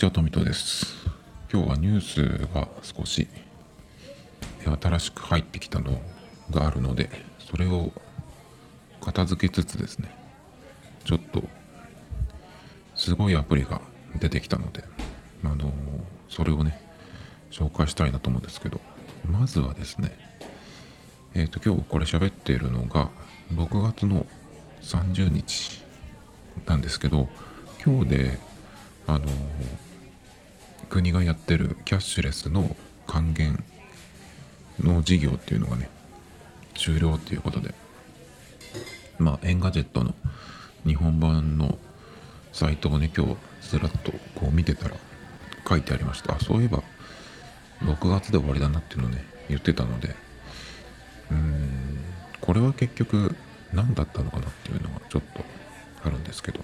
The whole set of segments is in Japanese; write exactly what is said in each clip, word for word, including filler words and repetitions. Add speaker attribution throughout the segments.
Speaker 1: ちは、トミトです。今日はニュースが少し新しく入ってきたのがあるので、それを片付けつつですね、ちょっとすごいアプリが出てきたので、あのそれをね、紹介したいなと思うんですけど、まずはですね、えっ、と、今日これ喋っているのがろくがつのさんじゅうにちなんですけど、今日で、あの国がやってるキャッシュレスの還元の事業っていうのがね、終了っていうことで、まあ、エンガジェットの日本版のサイトをね、今日ずらっとこう見てたら書いてありました。あ、そういえばろくがつで終わりだなっていうのをね、言ってたので、うーん、これは結局何だったのかなっていうのがちょっとあるんですけど、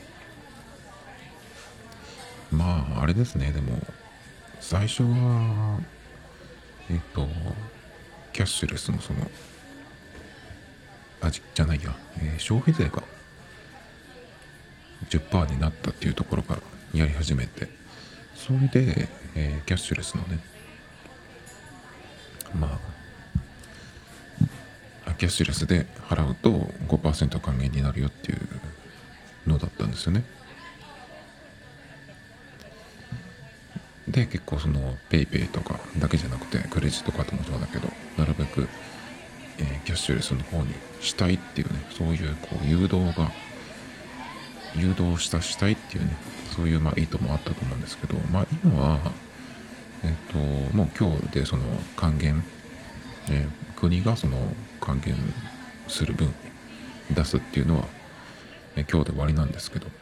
Speaker 1: まあ、あれですね、でも、最初は、えっと、キャッシュレスのその、あ、じじゃないや、えー消費税がじゅっパーセントになったっていうところからやり始めて、それで、えーキャッシュレスのね、まあ、キャッシュレスで払うとごパーセント還元になるよっていうのだったんですよね。で、結構その PayPay とかだけじゃなくて、クレジットカードもそうだけど、なるべく、えーキャッシュレスの方にしたいっていうね、そういうこう誘導が、誘導したしたいっていうね、そういうまあ意図もあったと思うんですけど、まあ今は、えっ、と、もう今日でその還元、えー国がその還元する分出すっていうのは、えー今日で終わりなんですけど、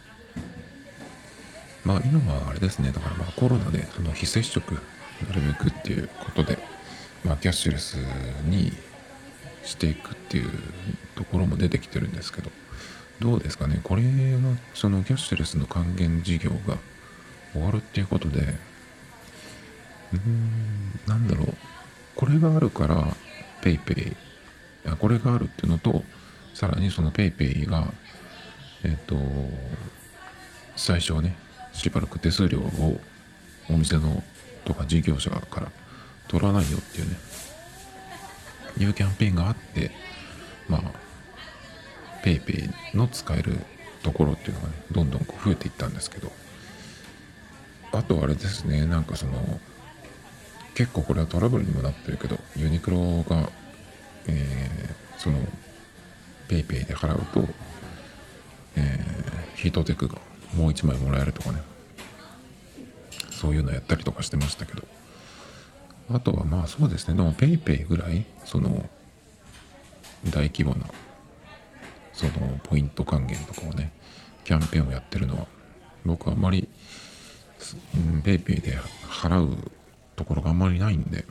Speaker 1: まあ今はあれですね、だからまあコロナでその非接触なるべくっていうことで、まあキャッシュレスにしていくっていうところも出てきてるんですけど、どうですかね、これがそのキャッシュレスの還元事業が終わるっていうことで、うーん、なんだろう、これがあるからペイペイ、あこれがあるっていうのと、さらにそのペイペイが、えっ、と、最初はね、しばらく手数料をお店のとか事業者から取らないよっていうね、いうキャンペーンがあって、まあ、ペイペイの使えるところっていうのがね、どんどんこう増えていったんですけど、あとあれですね、なんかその、結構これはトラブルにもなってるけど、ユニクロが、えーその、ペイペイで払うと、えーヒートテックがもう一枚もらえるとかね、そういうのやったりとかしてましたけど、あとはまあそうですね、でもペイペイぐらい、その、大規模な、その、ポイント還元とかをね、キャンペーンをやってるのは、僕はあんまり、うん、ペイペイで払うところがあんまりないんで、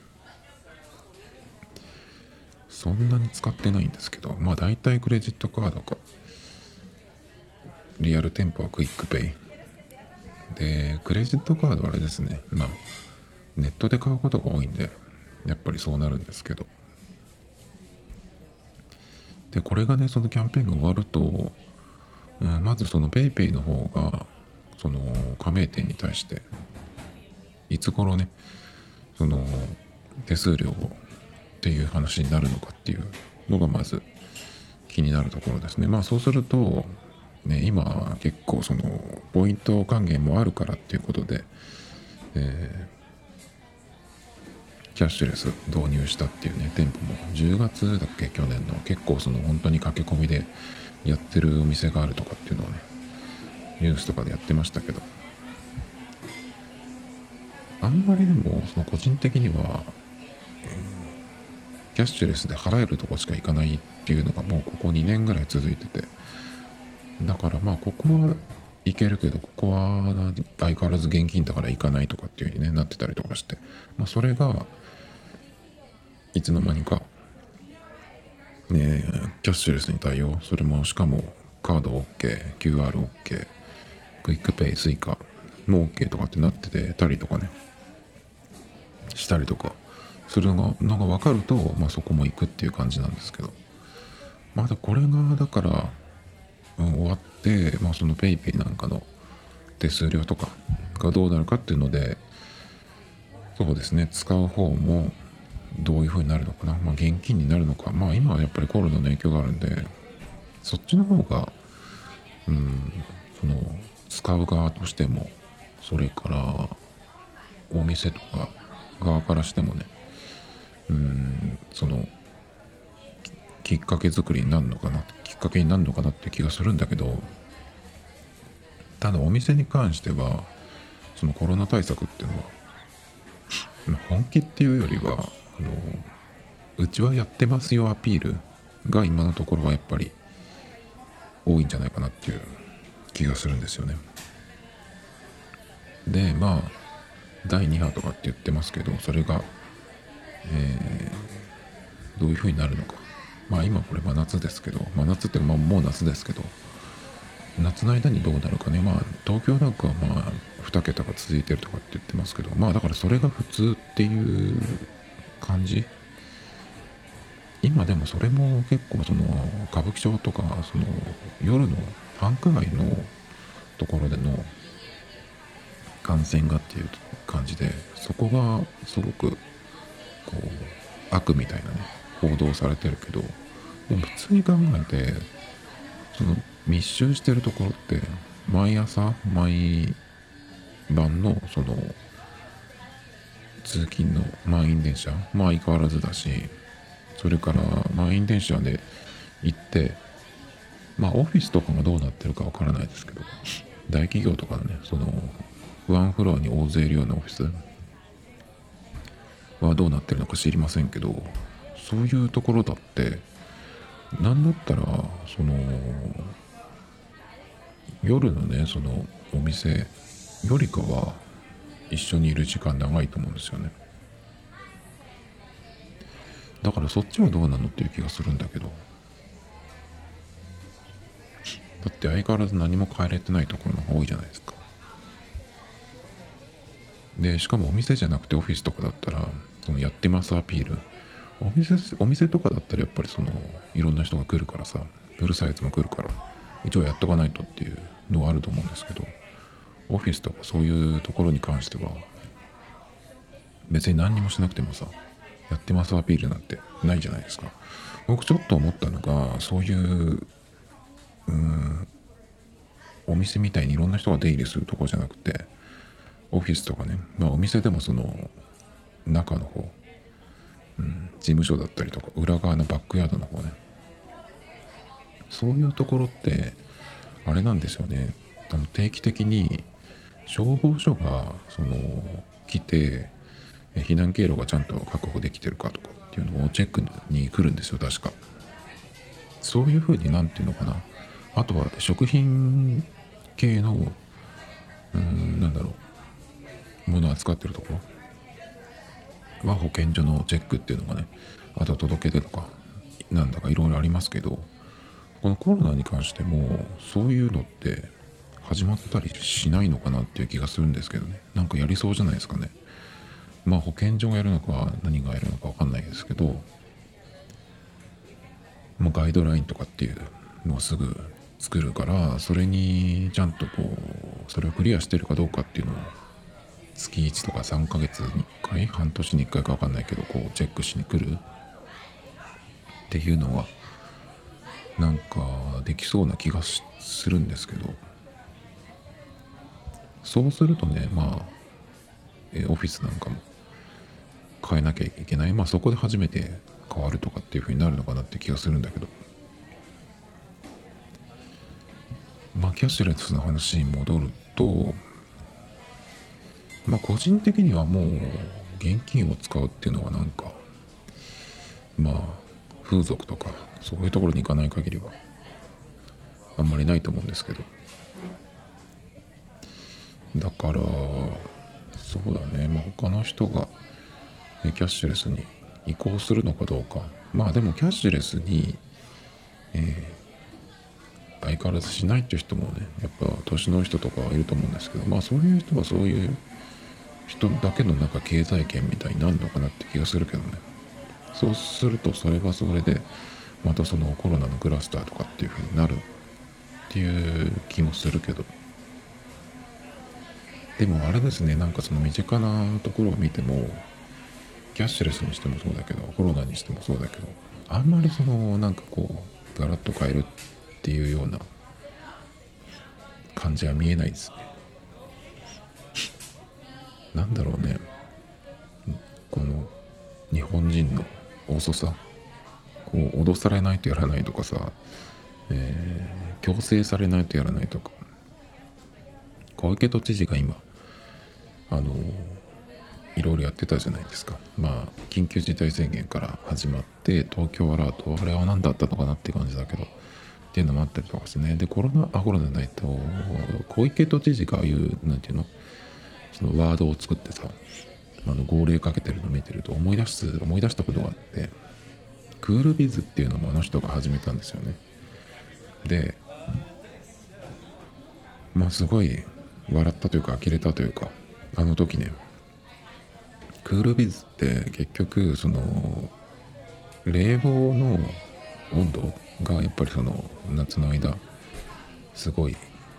Speaker 1: そんなに使ってないんですけど、まあ大体クレジットカードか、リアル店舗はクイックペイ。で、クレジットカードはあれですね、まあ、ネットで買うことが多いんで、やっぱりそうなるんですけど。で、これがね、そのキャンペーンが終わると、うん、まずそのペイペイの方が、その加盟店に対して、いつ頃ね、その手数料をっていう話になるのかっていうのがまず気になるところですね。まあそうすると、ね、今結構そのポイント還元もあるからっていうことで、えーキャッシュレス導入したっていうね、店舗もじゅうがつだっけ、去年の結構その本当に駆け込みでやってるお店があるとかっていうのをね、ニュースとかでやってましたけど、あんまりでもその個人的にはキャッシュレスで払えるとこしか行かないっていうのがもうここにねんぐらい続いてて、だからまあここは行けるけど、ここは相変わらず現金だから行かないとかっていう風に、ね、なってたりとかして、まあそれがいつの間にかね、キャッシュレスに対応、それもしかもカード OK、キューアールOK、クイックペイ、スイカも OK とかってなっててたりとかね、したりとかするのがのが分かると、まあそこも行くっていう感じなんですけど、まだこれがだから、うん、終わって、まあそのペイペイなんかの手数料とかがどうなるかっていうので、そうですね、使う方もどういう風になるのかな、まあ現金になるのか、まあ今はやっぱりコロナの影響があるんで、そっちの方が、うん、その使う側としても、それからお店とか側からしてもね、うん、そのきっかけ作りになるのかな、きっかけになるのかなって気がするんだけど、ただお店に関しては、そのコロナ対策っていうのは、まあ本気っていうよりは、あの、うちはやってますよアピールが今のところはやっぱり多いんじゃないかなっていう気がするんですよね。で、まあ、だいに波とかって言ってますけど、それが、えーどういう風になるのか。まあ今これ真夏ですけど、真夏ってまあもう夏ですけど、夏の間にどうなるかね。まあ東京なんかはまあに桁が続いてるとかって言ってますけど、まあだからそれが普通っていう感じ。今でもそれも結構その歌舞伎町とかその夜の繁華街のところでの感染がっていう感じで、そこがすごくこう悪みたいなね報道されてるけど、でも普通に考えてその密集してるところって毎朝毎晩のその通勤の満員電車、まあ相変わらずだし、それから満員電車で行って、まあオフィスとかがどうなってるかわからないですけど、大企業とかのね、そのワンフロアに大勢いるようなオフィスはどうなってるのか知りませんけど、そういうところだってなんだったらその夜のねそのお店よりかは一緒にいる時間長いと思うんですよね。だからそっちはどうなのっていう気がするんだけど、だって相変わらず何も変えれてないところの方が多いじゃないですか。でしかもお店じゃなくてオフィスとかだったらそのやってますアピール、お店お店とかだったらやっぱりそのいろんな人が来るからさ、うるさいやつも来るから一応やっとかないとっていうのはあると思うんですけど、オフィスとかそういうところに関しては別に何にもしなくてもさ、やってますアピールなんてないじゃないですか。僕ちょっと思ったのが、そういううーんお店みたいにいろんな人が出入りするところじゃなくて、オフィスとかね、まあお店でもその中の方、うん、事務所だったりとか裏側のバックヤードの方ね、そういうところってあれなんですよね。あの定期的に消防署がその来て避難経路がちゃんと確保できてるかとかっていうのをチェックに来るんですよ、確か。そういうふうになんていうのかな、あとは食品系のうーんなんだろうものを扱ってるところは保健所のチェックっていうのがね、あとは届け出とかなんだかいろいろありますけど、このコロナに関してもそういうのって始まったりしないのかなっていう気がするんですけどね。なんかやりそうじゃないですかね。まあ保健所がやるのか何がやるのか分かんないですけど、まあ、ガイドラインとかっていうのをすぐ作るから、それにちゃんとこうそれをクリアしてるかどうかっていうのを月いちとかさんかげつにいっかい、半年にいっかいか分かんないけどこうチェックしに来るっていうのはなんかできそうな気がするんですけど、そうするとね、まあえオフィスなんかも変えなきゃいけない、まあそこで初めて変わるとかっていう風になるのかなって気がするんだけど、まあキャッシュレスの話に戻ると、まあ個人的にはもう現金を使うっていうのはなんかまあ風俗とかそういうところに行かない限りはあんまりないと思うんですけど、だからそうだね、まあ他の人がキャッシュレスに移行するのかどうか、まあでもキャッシュレスに、えー、相変わらずしないっていう人もねやっぱ年の人とかはいると思うんですけど、まあそういう人はそういう人だけのなんか経済圏みたいになるのかなって気がするけどね。そうするとそれはそれでまたそのコロナのクラスターとかっていう風になるっていう気もするけど、 でもあれですね、なんかその身近なところを見ても、キャッシュレスにしてもそうだけど、コロナにしてもそうだけど、あんまりそのなんかこうガラッと変えるっていうような感じは見えないですね。なんだろうね、この日本人の遅さ、こう脅されないとやらないとかさ、えー強制されないとやらないとか、小池都知事が今あのいろいろやってたじゃないですか。まあ緊急事態宣言から始まって東京アラート、あれは何だったのかなって感じだけどっていうのもあったりとかしてね。でコロナあコロナじゃないと小池都知事がああいうなんていうの、そのワードを作ってさ、あの号令かけてるのを見てると思い出す思い出したことがあって、クールビズっていうのもあの人が始めたんですよね。でまあすごい笑ったというか呆れたというか、あの時ね、クールビズって結局その冷房の温度がやっぱりその夏の間すごい、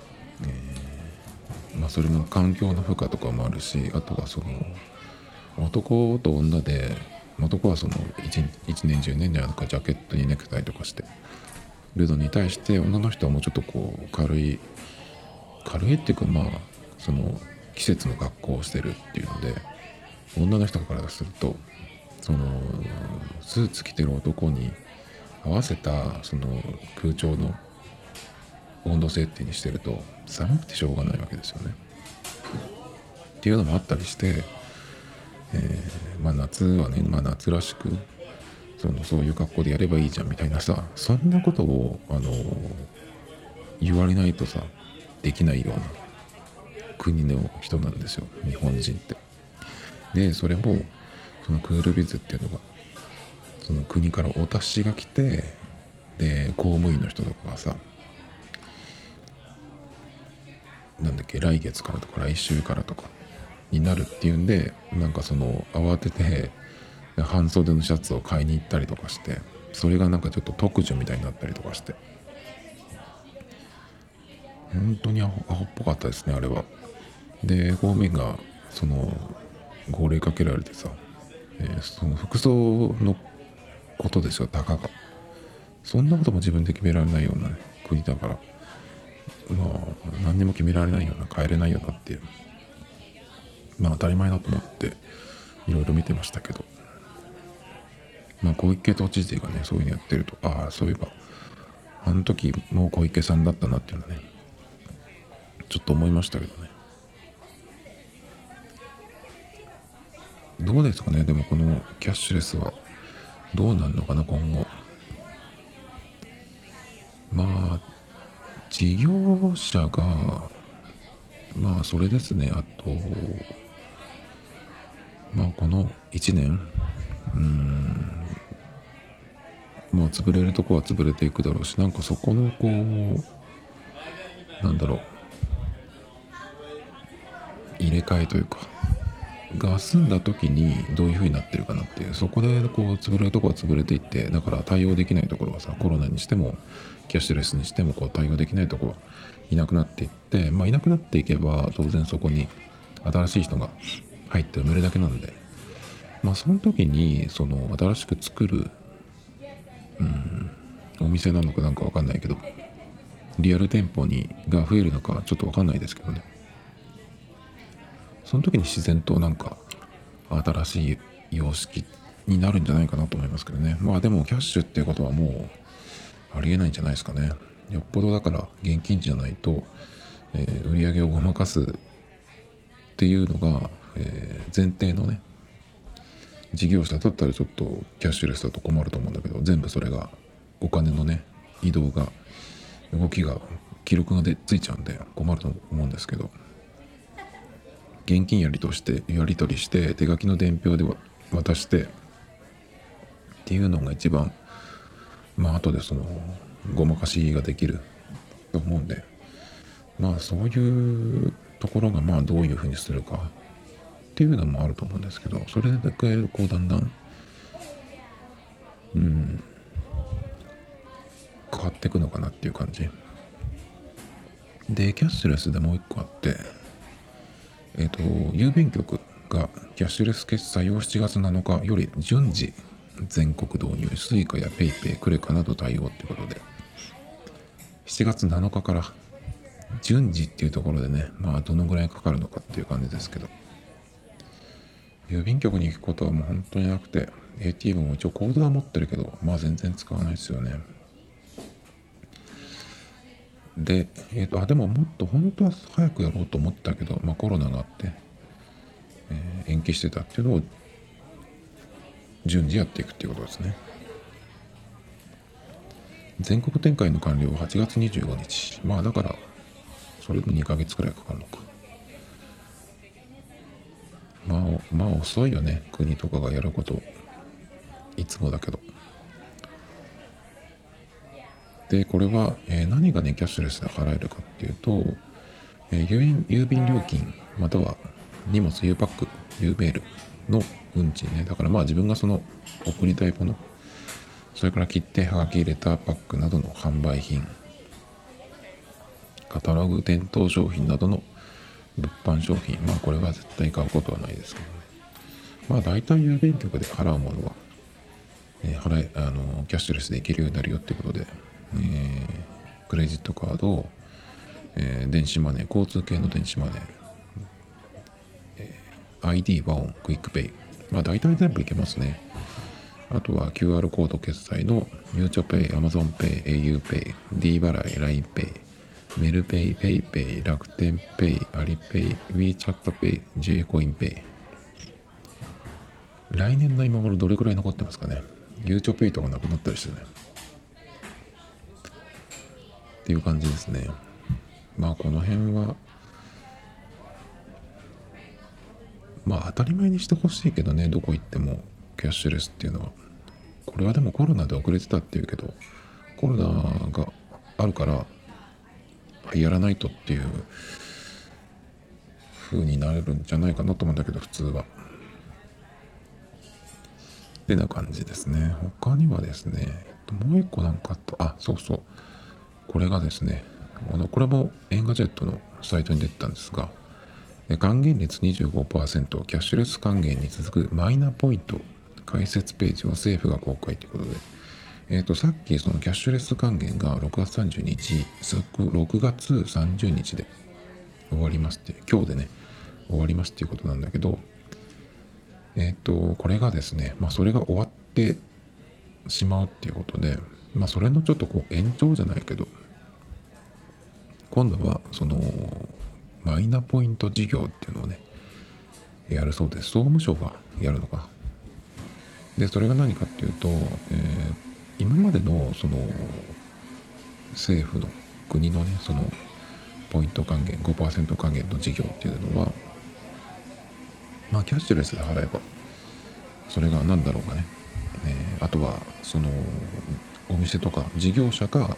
Speaker 1: まあそれも環境の負荷とかもあるし、あとはその男と女で、男はその一一年中ね、なんかジャケットにネクタイとかしてるのに対して、女の人はもうちょっとこう軽い軽いっていうか、まあその季節の格好をしてるっていうので、女の人からするとそのスーツ着てる男に合わせたその空調の温度設定にしてると寒くてしょうがないわけですよね。っていうのもあったりして、えーまあ夏はね、まあ夏らしくそのそういう格好でやればいいじゃんみたいなさ、そんなことをあの言われないとさできないような国の人なんですよ、日本人って。でそれもそのクールビズっていうのがその国からお達しが来て、で公務員の人とかがさ、なんだっけ、来月からとか来週からとかになるっていうんで、なんかその慌てて半袖のシャツを買いに行ったりとかして、それがなんかちょっと特需みたいになったりとかして、本当にアホアホっぽかったですね、あれは。で公務員がその号令かけられてさ、えーその服装のことですよ、たかがそんなことも自分で決められないような、ね、国だから、まあ何にも決められないような、変えれないよなっていう、まあ当たり前だと思っていろいろ見てましたけど、まあ小池都知事がねそういうのやってると、ああそういえばあの時もう小池さんだったなっていうのはね、ちょっと思いましたけどね。どうですかね、でもこのキャッシュレスはどうなるのかな今後。まあ事業者が、まあそれですね、あとまあこのいちねん、まあ潰れるとこは潰れていくだろうし、なんかそこのこうなんだろう、入れ替えというかが済んだ時にどういう風になってるかなっていう、そこでこう潰れるとこは潰れていって、だから対応できないところはさ、コロナにしてもキャッシュレスにしてもこう対応できないところはいなくなっていって、まあいなくなっていけば当然そこに新しい人が入って埋めるだけなんで、まあその時にその新しく作るお店なのかなんかわかんないけど、リアル店舗にが増えるのかちょっとわかんないですけどね、その時に自然となんか新しい様式になるんじゃないかなと思いますけどね。まあでもキャッシュっていうことはもうありえないんじゃないですかね。よっぽどだから現金じゃないと、えー売り上げをごまかすっていうのが、えー前提のね事業者だったらちょっとキャッシュレスだと困ると思うんだけど、全部それがお金のね移動が動きが記録がでついちゃうんで困ると思うんですけど、現金やりとしてやり取りして手書きの伝票で渡してっていうのが一番、まあ後でそのごまかしができると思うんで、まあそういうところがまあどういうふうにするかっていうのもあると思うんですけど、それだけこうだんだん変わっていくのかなっていう感じで、キャッシュレスでもう一個あって、 えっ、と郵便局がキャッシュレス決済をしちがつなのかより順次全国導入、スイカやペイペイ、クレカなど対応ということで、しちがつなのかから順次っていうところでね、まあどのぐらいかかるのかっていう感じですけど、郵便局に行くことはもう本当になくて、 エーティーエム も一応コードは持ってるけど、まあ全然使わないですよね。で、えっ、とあでももっと本当は早くやろうと思ったけど、まあコロナがあって、えー延期してたっていうのを順次やっていくっていうことですね。全国展開の完了ははちがつにじゅうごにち。まあだからそれでにかげつくらいかかるのか。まあまあ遅いよね、国とかがやること、いつもだけど。でこれは、えー何がねキャッシュレスで払えるかっていうと、えー郵便郵便料金または荷物、U パック、U メールの運賃ね。だからまあ自分がその送りたいもの、それから切手はがき入れたパックなどの販売品、カタログ店頭商品などの物販商品、まあこれは絶対買うことはないですけどね。まあ大体郵便局で払うものは、えー払いあのキャッシュレスでいけるようになるよってことで、えークレジットカード、えー電子マネー、交通系の電子マネー、アイディー、和音、クイックペイ、まあ大体全部いけますね。あとは キューアール コード決済のゆうちょペイ、Amazon Pay、auPay、D 払い、ラインペイ、メルペイ、ペイペイ、楽天ペイ、アリペイ、WeChat ペイ、J コインペイ。来年の今頃どれくらい残ってますかね。ゆうちょペイとかなくなったりしてね。っていう感じですね。まあこの辺は、まあ当たり前にしてほしいけどね、どこ行ってもキャッシュレスっていうのは。これはでもコロナで遅れてたっていうけど、コロナがあるからやらないとっていう風になれるんじゃないかなと思うんだけど、普通は。ってな感じですね。他にはですね、もう一個なんかあった。あ、そうそう。これがですね、あのこれもエンガジェットのサイトに出てたんですが、還元率にじゅうごパーセント、キャッシュレス還元に続くマイナポイント解説ページを政府が公開ということで、えっ、と、さっきそのキャッシュレス還元がろくがつさんじゅうにち、ろくがつさんじゅうにちで終わりますって、今日でね、終わりますっていうことなんだけど、えっ、と、これがですね、まあそれが終わってしまうっていうことで、まあそれのちょっとこう延長じゃないけど、今度はそのマイナポイント事業っていうのをね、やるそうです。総務省がやるのか。で、それが何かっていうと、えー今までのその政府の国のね、そのポイント還元、ごパーセント還元の事業っていうのは、まあキャッシュレスで払えば、それが何だろうかね。えーあとは、そのお店とか事業者が、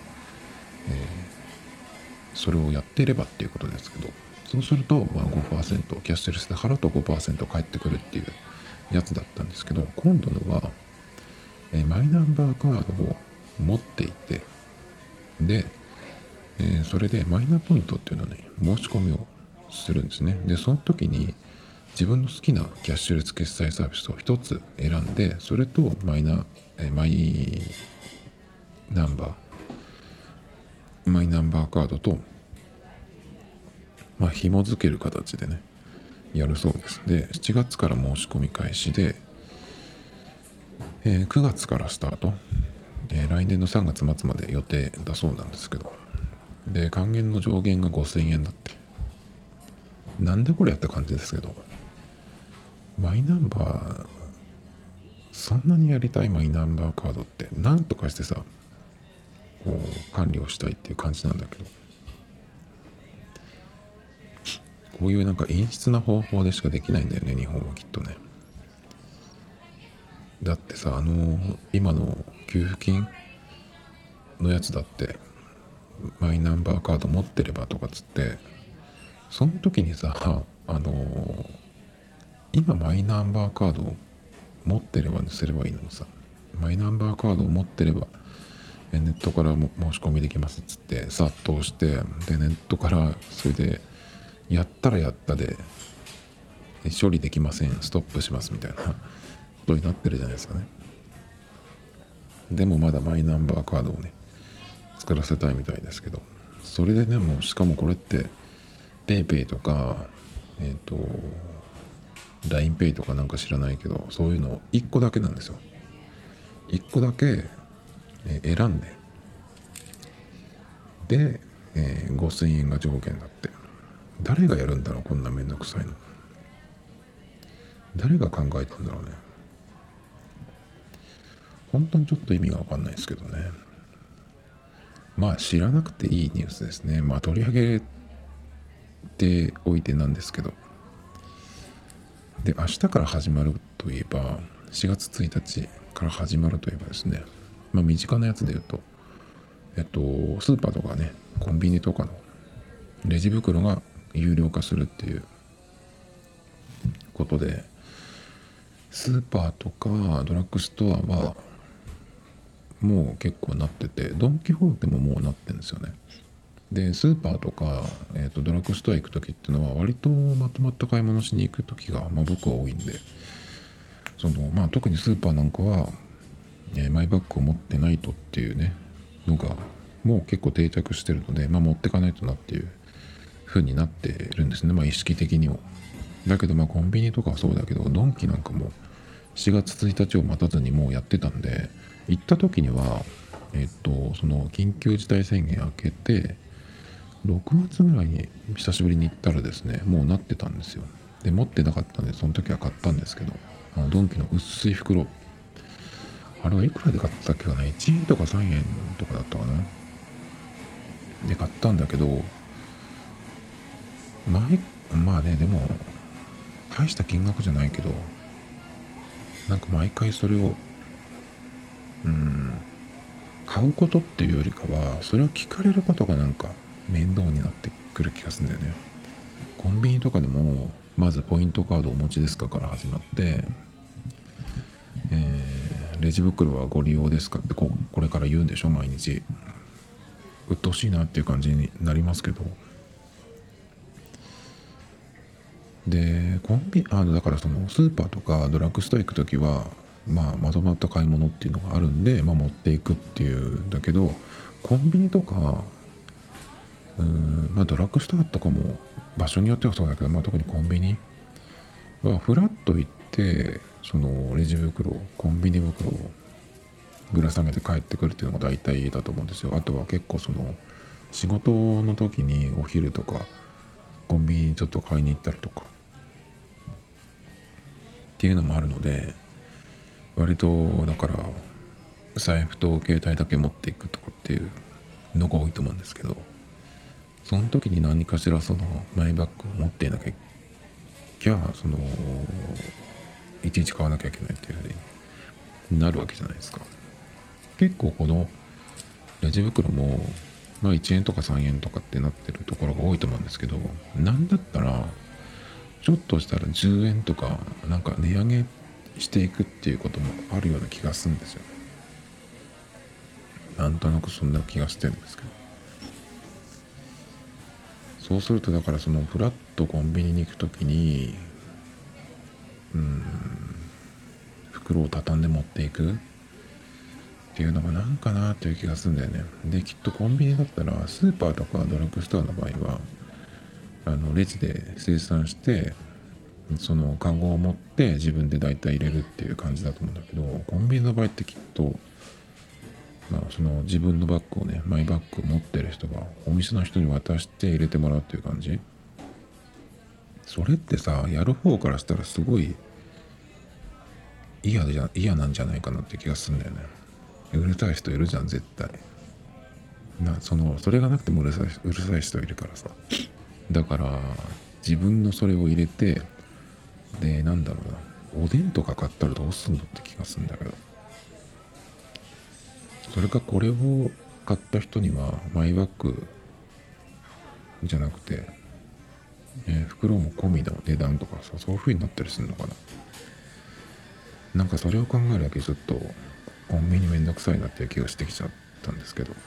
Speaker 1: それをやっていればっていうことですけど、そうすると、まあ、ごパーセント、キャッシュレスで払うと ごパーセント 返ってくるっていうやつだったんですけど、今度のは、えーマイナンバーカードを持っていて、で、えーそれでマイナポイントっていうのをね、申し込みをするんですね。で、その時に自分の好きなキャッシュレス決済サービスを一つ選んで、それとマイナ、えーマイナンバー、マイナンバーカードと、まあ、紐付ける形でね、やるそうです。で、しちがつから申し込み開始で、えーくがつからスタート、えー来年のさんがつ末まで予定だそうなんですけど、で、還元の上限がごせんえんだって。なんでこれやった感じですけど、マイナンバー、そんなにやりたいマイナンバーカードって、なんとかしてさ、こう、管理をしたいっていう感じなんだけど、こういうなんか陰湿な方法でしかできないんだよね、日本はきっとね。だってさ、あの今の給付金のやつだって、マイナンバーカード持ってればとかっつって、その時にさ、あの今マイナンバーカードを持ってればにすればいいのにさ、マイナンバーカードを持ってればネットからも申し込みできますっつって殺到して、でネットからそれでやったらやったで処理できません、ストップしますみたいなことになってるじゃないですかね。でもまだマイナンバーカードをね作らせたいみたいですけど、それでね、もうしかもこれってペイペイとかえっ、ー、と ライン ペイとかなんか知らないけど、そういうのいっこだけなんですよ。いっこだけ、えー選んでで、えーごせんえんが条件だって。誰がやるんだろう、こんなめんどくさいの。誰が考えたんだろうね。本当にちょっと意味が分かんないですけどね。まあ知らなくていいニュースですね。まあ取り上げておいてなんですけど。で、明日から始まるといえば、しがつついたちから始まるといえばですね、まあ身近なやつで言うと、えっと、スーパーとかね、コンビニとかのレジ袋が有料化するっていうことで、スーパーとかドラッグストアはもう結構なってて、ドン・キホーテももうなってるんですよね。でスーパーとか、えー、とドラッグストア行く時っていうのは割とまとまった買い物しに行く時が、まあ、僕は多いんで、そのまあ特にスーパーなんかは、えーマイバッグを持ってないとっていうねのがもう結構定着してるので、まあ、持ってかないとなっていう風になってるんですね、まあ、意識的にも。だけどまあコンビニとかはそうだけど、ドンキなんかもしがつついたちを待たずにもうやってたんで、行った時にはえっとその緊急事態宣言明けてろくがつぐらいに久しぶりに行ったらですね、もうなってたんですよ。で持ってなかったんでその時は買ったんですけど、あのドンキの薄い袋、あれはいくらで買ったっけかな、いちえんとかさんえんとかだったかなで買ったんだけど、前まあね、でも大した金額じゃないけど、なんか毎回それをうん買うことっていうよりかは、それを聞かれることがなんか面倒になってくる気がするんだよね。コンビニとかでもまずポイントカードお持ちですかから始まって、えーレジ袋はご利用ですかってここれから言うんでしょ毎日。鬱陶しいなっていう感じになりますけど、でコンビあのだからそのスーパーとかドラッグストア行く時は、まあ、まとまった買い物っていうのがあるんで、まあ、持っていくっていうんだけど、コンビニとかうーん、まあ、ドラッグストアとかも場所によってはそうだけど、まあ、特にコンビニはフラッと行ってそのレジ袋コンビニ袋をぶら下げて帰ってくるっていうのが大体だと思うんですよ。あとは結構その仕事の時にお昼とかコンビニにちょっと買いに行ったりとかっていうのもあるので、割とだから財布と携帯だけ持っていくとかっていうのが多いと思うんですけど、その時に何かしらそのマイバッグを持っていなきゃ、そのいちいち買わなきゃいけないっていうふうになるわけじゃないですか。結構このレジ袋もまあいちえんとかさんえんとかってなってるところが多いと思うんですけど、なんだったらちょっとしたらじゅうえんとかなんか値上げしていくっていうこともあるような気がするんですよね。なんとなくそんな気がしてるんですけど、そうするとだからそのフラッとコンビニに行くときに袋を畳んで持っていくっていうのがなんかなという気がするんだよね。できっとコンビニだったらスーパーとかドラッグストアの場合はあのレジで生産してそのカゴを持って自分で大体入れるっていう感じだと思うんだけど、コンビニの場合ってきっと、まあ、その自分のバッグをねマイバッグを持ってる人がお店の人に渡して入れてもらうっていう感じ。それってさ、やる方からしたらすごい嫌じゃ嫌なんじゃないかなって気がするんだよね。うるさい人いるじゃん絶対。なそのそれがなくてもうるさいうるさい人いるからさ。だから自分のそれを入れて、でなんだろうな、おでんとか買ったらどうすんのって気がするんだけど、それかこれを買った人にはマイバッグじゃなくて、えー袋も込みの値段とかさ、そういう風になったりするのかな。なんかそれを考えるだけちょっとコンビニめんどくさいなっていう気がしてきちゃったんですけど、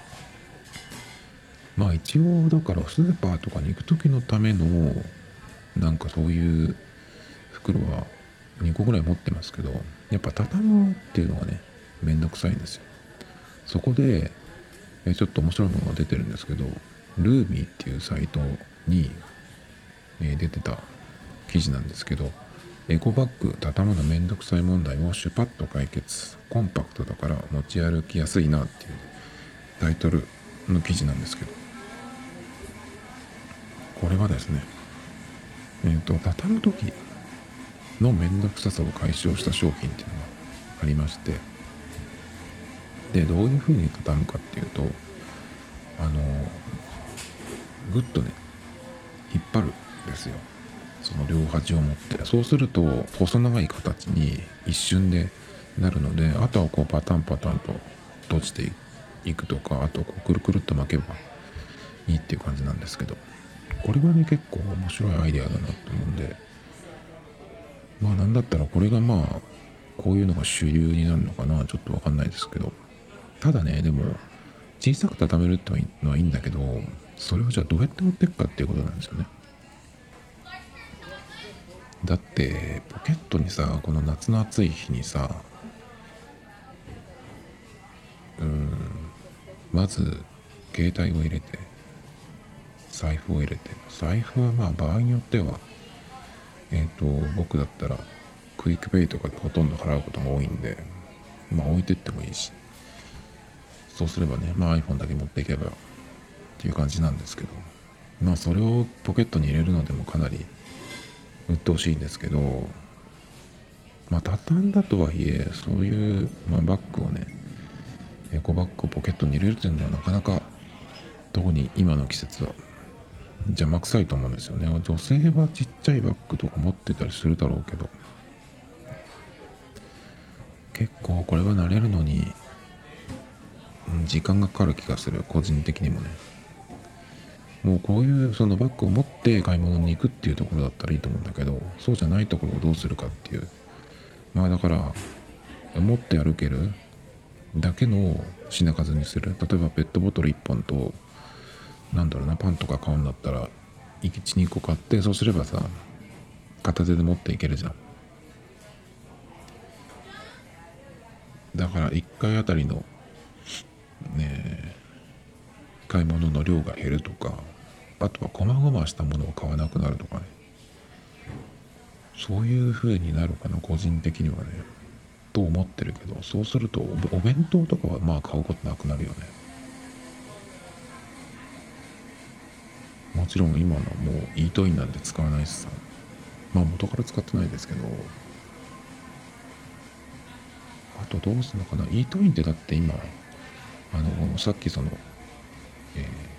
Speaker 1: まあ一応だからスーパーとかに行く時のためのなんかそういう袋はにこぐらい持ってますけど、やっぱ畳むっていうのがねめんどくさいんですよ。そこでえちょっと面白いものが出てるんですけど、ルーミーっていうサイトにえ出てた記事なんですけど、エコバッグ畳むのめんどくさい問題をシュパッと解決、コンパクトだから持ち歩きやすいなっていうタイトルの記事なんですけど、これはですね、えっ、と畳む時のめんどくささを解消した商品っていうのがありまして、でどういう風に畳むかっていうと、あのグッとね引っ張るんですよ、その両端を持って。そうすると細長い形に一瞬でなるので、あとはこうパタンパタンと閉じていくとか、あとこうくるくるっと巻けばいいっていう感じなんですけど、これはね結構面白いアイデアだなと思うんで、まあなんだったらこれがまあこういうのが主流になるのかな、ちょっとわかんないですけど、ただねでも小さく畳めるってのはいいんだけど、それをじゃあどうやって持っていくかっていうことなんですよね。だってポケットにさ、この夏の暑い日にさ、うーんまず携帯を入れて、財布を入れて、財布はまあ場合によってはえっ、と僕だったらクイックペイとかでほとんど払うことが多いんで、まあ置いてってもいいし、そうすればね、まあ iPhone だけ持っていけばっていう感じなんですけど、まあそれをポケットに入れるのでもかなり鬱陶しいんですけど、まあ畳んだとはいえ、そういう、まあ、バッグをね、エコバッグをポケットに入れるっていうのはなかなか、特に今の季節は邪魔くさいと思うんですよね。女性はちっちゃいバッグとか持ってたりするだろうけど、結構これは慣れるのにうん時間がかかる気がする、個人的にもね。もうこういうそのバッグを持って買い物に行くっていうところだったらいいと思うんだけど、そうじゃないところをどうするかっていう、まあだから持って歩けるだけの品数にする。例えばペットボトルいっぽんと、なんだろうな、パンとか買うんだったらいちにこ買って、そうすればさ片手で持っていけるじゃん。だからいっかいあたりのね買い物の量が減るとか、あとは細々したものを買わなくなるとかね、そういう風になるかな、個人的にはねと思ってるけど、そうするとお弁当とかはまあ買うことなくなるよね。もちろん今のもうイートインなんて使わないしさ、まあ元から使ってないですけど、あとどうするのかな、イートインってだって今あのさっきその、えー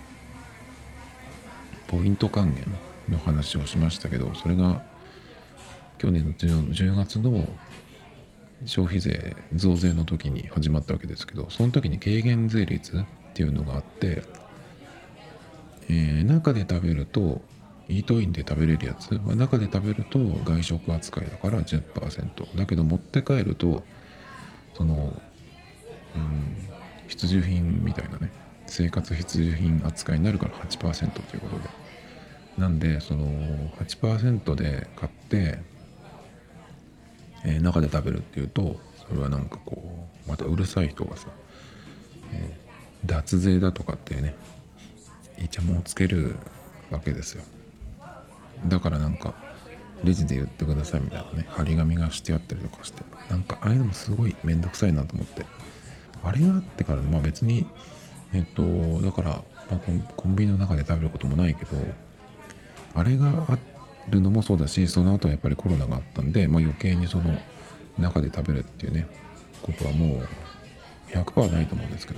Speaker 1: ポイント還元の話をしましたけど、それが去年のじゅうがつの消費税増税の時に始まったわけですけど、その時に軽減税率っていうのがあって、えー中で食べるとイートインで食べれるやつは中で食べると外食扱いだからじゅっパーセントだけど、持って帰るとその、うん、必需品みたいなね、生活必需品扱いになるからはちパーセントということで、なんでそのはちパーセントで買って、えー中で食べるっていうと、それはなんかこうまたうるさい人がさ、脱税だとかってねイチャモンつけるわけですよ。だからなんかレジで言ってくださいみたいなね張り紙がしてあったりとかして、なんかああいうのもすごいめんどくさいなと思って、あれがあってからまあ別にえっとだから、まあ、コンコンビニの中で食べることもないけど、あれがあるのもそうだし、その後はやっぱりコロナがあったんで、まあ、余計にその中で食べるっていうねことはもうひゃくパーセントないと思うんですけど、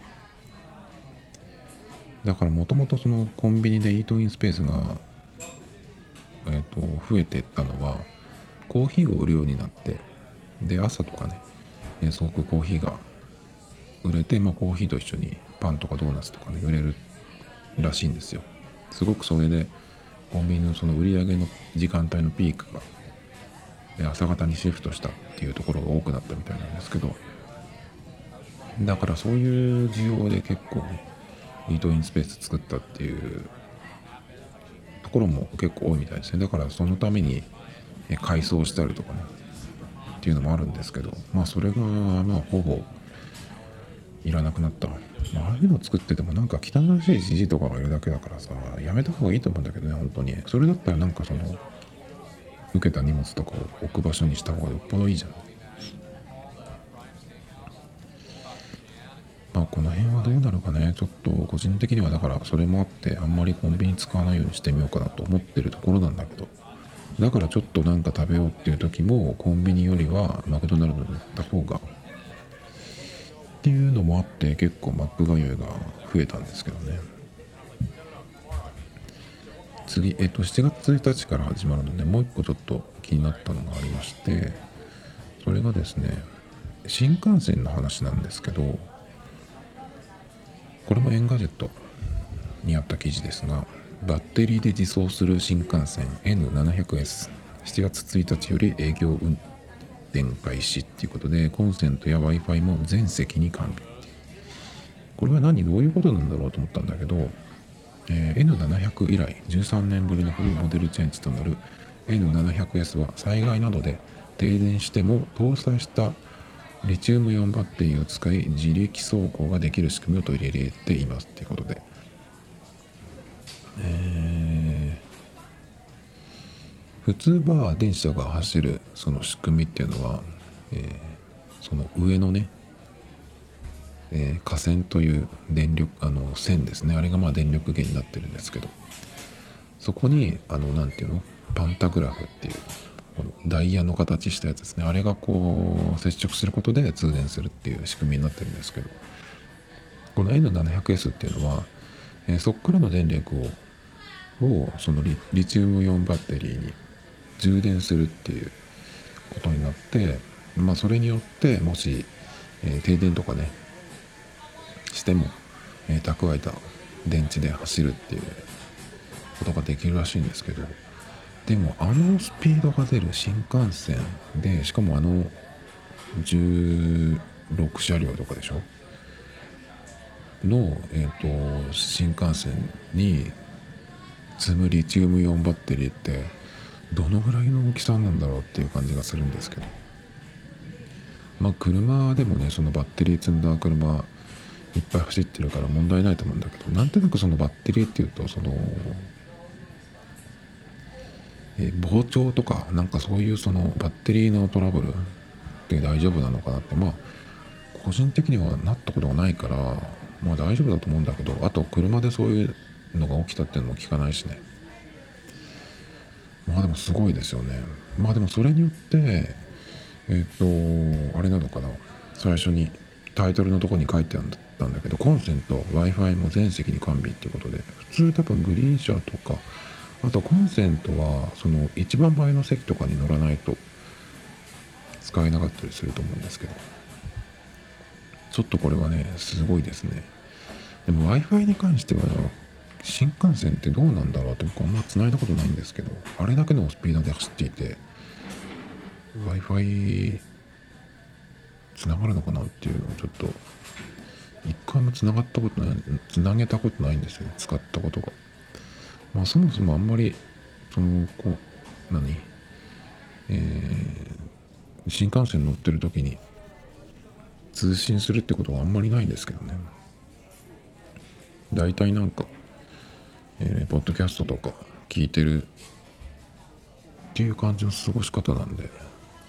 Speaker 1: だからもともとそのコンビニでイートインスペースが、えー、と増えていったのはコーヒーを売るようになって、で朝とかね、えーすごくコーヒーが売れて、まあ、コーヒーと一緒にパンとかドーナツとかね売れるらしいんですよ。すごくそれでコンビニのその売り上げの時間帯のピークがえー朝方にシフトしたっていうところが多くなったみたいなんですけど、だからそういう需要で結構ねイートインスペース作ったっていうところも結構多いみたいですね。だからそのために改装したりとかねっていうのもあるんですけど、まあそれがまあほぼいらなくなった。まあ、ああいうの作っててもなんか汚らしいじじいとかがいるだけだからさ、やめた方がいいと思うんだけどね、本当に。それだったらなんかその受けた荷物とかを置く場所にした方がよっぽどいいじゃん。まあこの辺はどうなるかね、ちょっと個人的にはだからそれもあってあんまりコンビニ使わないようにしてみようかなと思ってるところなんだけど、だからちょっとなんか食べようっていう時もコンビニよりはマクドナルドに行った方がっていうのもあって結構マック通いが増えたんですけどね。次、えっとしちがつついたちから始まるのでもう一個ちょっと気になったのがありまして、それがですね、新幹線の話なんですけど、これもエンガジェットにあった記事ですが、バッテリーで自走する新幹線 エヌななひゃくエス しちがつついたちより営業運転開始っていうことで、コンセントや Wi-Fi も全席に完備。これは何どういうことなんだろうと思ったんだけど、えー、エヌななひゃく 以来じゅうさんねんぶりのフルモデルチェンジとなる エヌななひゃくエス は災害などで停電しても搭載したリチウムイオンバッテリーを使い自力走行ができる仕組みを取り入れていますということで、えー、普通は電車が走るその仕組みっていうのは、えー、その上のね、えー、架線という電力あの線ですね、あれがまあ電力源になってるんですけど、そこにあのなんていうのパンタグラフっていうこのダイヤの形したやつですね、あれがこう接触することで通電するっていう仕組みになってるんですけど、この エヌななひゃくエス っていうのは、えー、そこからの電力ををその リ, リチウムイオンバッテリーに充電するっていうことになって、まあそれによってもし、えー、停電とかねしても、えー、蓄えた電池で走るっていうことができるらしいんですけど、でもあのスピードが出る新幹線で、しかもあのじゅうろく車両とかでしょの、えー、と新幹線に積むリチウムイオンバッテリーってどのぐらいの大きさなんだろうっていう感じがするんですけど、まあ車でもねそのバッテリー積んだ車いっぱい走ってるから問題ないと思うんだけど、なんとなくそのバッテリーっていうとその、えー膨張とかなんかそういうそのバッテリーのトラブルって大丈夫なのかなって、まあ個人的にはなったことがないからまあ大丈夫だと思うんだけど、あと車でそういうのが起きたっていうのも聞かないしね。まあでもすごいですよね。まあでもそれによってえっ、とあれなのかな、最初にタイトルのところに書いてあったんだけど、コンセント Wi-Fi も全席に完備っていうことで、普通多分グリーン車とか、あとコンセントはその一番前の席とかに乗らないと使えなかったりすると思うんですけど、ちょっとこれはねすごいですね。でも Wi-Fi に関しては新幹線ってどうなんだろうって僕はあんま繋いだことないんですけど、あれだけのスピードで走っていて Wi-Fi 繋がるのかなっていうのをちょっと一回も繋がったことない、繋げたことないんですよ、使ったことが。まあそもそもあんまりそのこう何えー、新幹線乗ってる時に通信するってことはあんまりないんですけどね。大体なんか、えー、ポッドキャストとか聞いてるっていう感じの過ごし方なんで、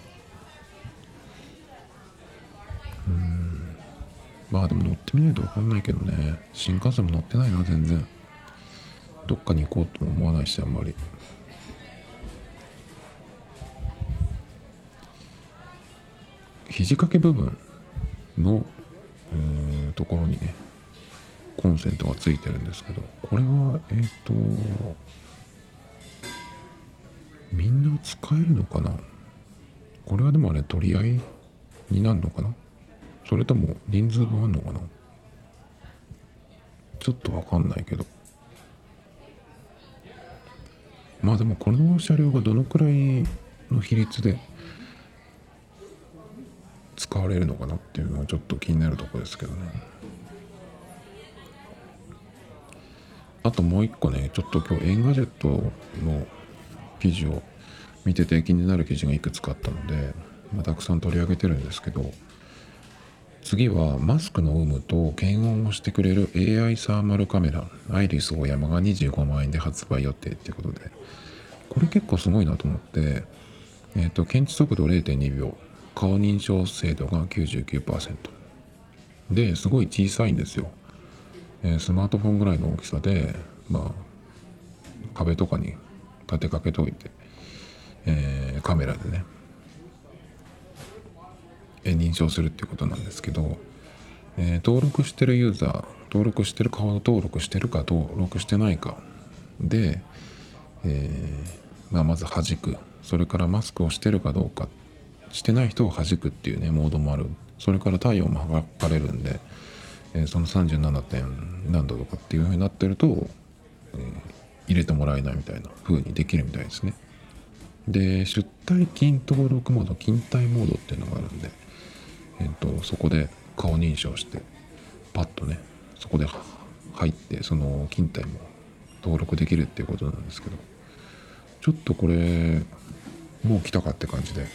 Speaker 1: まあでも乗ってみないと分かんないけどね。新幹線も乗ってないな全然。どっかに行こうとも思わないし、あんまり。肘掛け部分の、えーところにねコンセントがついてるんですけど、これはえっ、ー、とみんな使えるのかな。これはでもあれ取り合いになるのかな、それとも人数分あるのかな、ちょっとわかんないけど、まあでもこの車両がどのくらいの比率で使われるのかなっていうのはちょっと気になるところですけどね。 あともう一個ね、ちょっと今日エンガジェットの記事を見てて気になる記事がいくつかあったので、まあ、たくさん取り上げてるんですけど、次はマスクの有無と検温をしてくれる エーアイ サーマルカメラアイリスオーヤマがにじゅうごまんえんで発売予定っていうことで、これ結構すごいなと思って、えっと検知速度 れいてんにびょう、顔認証精度が きゅうじゅうきゅうパーセント ですごい小さいんですよ。えースマートフォンぐらいの大きさで、まあ壁とかに立てかけといて、えーカメラでね、えー認証するっていうことなんですけど、えー登録してるユーザー、登録してる、顔登録してるか登録してないかで、えーまあ、まず弾く、それからマスクをしてるかどうか、してない人を弾くっていうねモードもある。それから体温も測れるんで、えーそのさんじゅうななてん何度とかっていう風になってると、えー入れてもらえないみたいな風にできるみたいですね。で、出退勤登録モード、勤怠モードっていうのがあるんで、えっと、そこで顔認証してパッとね、そこで入ってその勤怠も登録できるっていうことなんですけど、ちょっとこれもう来たかって感じで、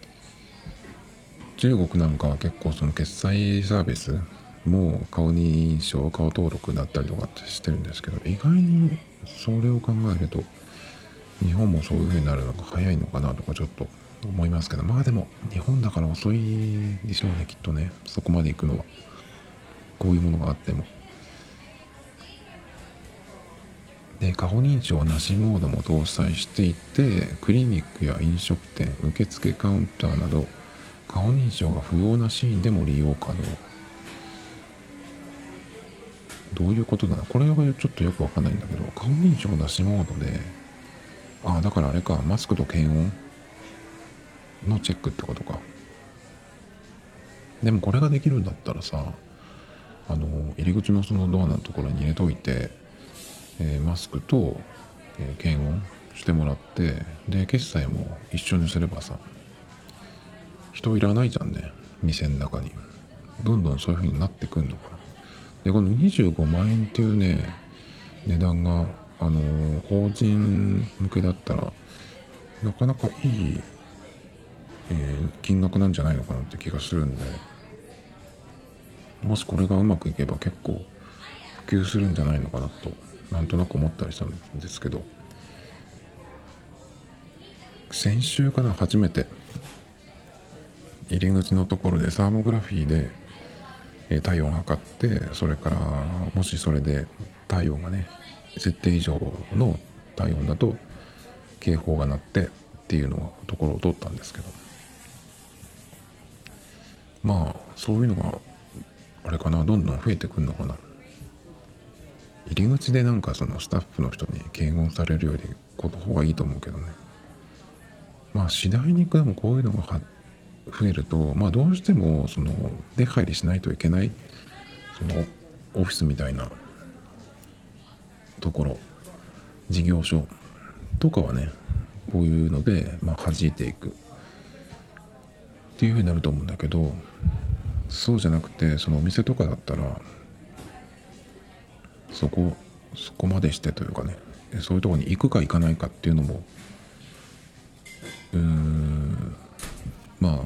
Speaker 1: 中国なんかは結構その決済サービスもう顔認証、顔登録だったりとかってしてるんですけど、意外にそれを考えると日本もそういう風になるのが早いのかなとかちょっと思いますけど、まあでも日本だから遅いでしょうね、きっとね、そこまで行くのは。こういうものがあっても。で、顔認証なしモードも搭載していて、クリニックや飲食店、受付カウンターなど顔認証が不要なシーンでも利用可能。どういうことだな、これはちょっとよくわかんないんだけど、顔認証なしモードで、ああ、だからあれか、マスクと検温のチェックってことか。でもこれができるんだったらさ、あの入り口のそのドアのところに入れといて、えーマスクと、えー検温してもらって、で決済も一緒にすればさ、人いらないじゃんね、店の中に。どんどんそういう風になってくんのかな。でこのにじゅうごまんえんっていうね値段が、あのー法人向けだったらなかなかいい、えー金額なんじゃないのかなって気がするんで、もしこれがうまくいけば結構普及するんじゃないのかなとなんとなく思ったりしたんですけど、先週かな、初めて入り口のところでサーモグラフィーでえー体温を測って、それからもしそれで体温がね設定以上の体温だと警報が鳴ってっていうのところを通ったんですけど、まあそういうのがあれかな、どんどん増えてくるのかな。入り口でなんかそのスタッフの人に検温されるよりこの方がいいと思うけどね。まあ次第にでもこういうのが増えると、まあどうしてもその出入りしないといけないそのオフィスみたいなところ、事業所とかはね、こういうのでまあ弾いていくっていう風になると思うんだけど、そうじゃなくてそのお店とかだったらそこそこまでしてというかね、そういうところに行くか行かないかっていうのも、うーんまあ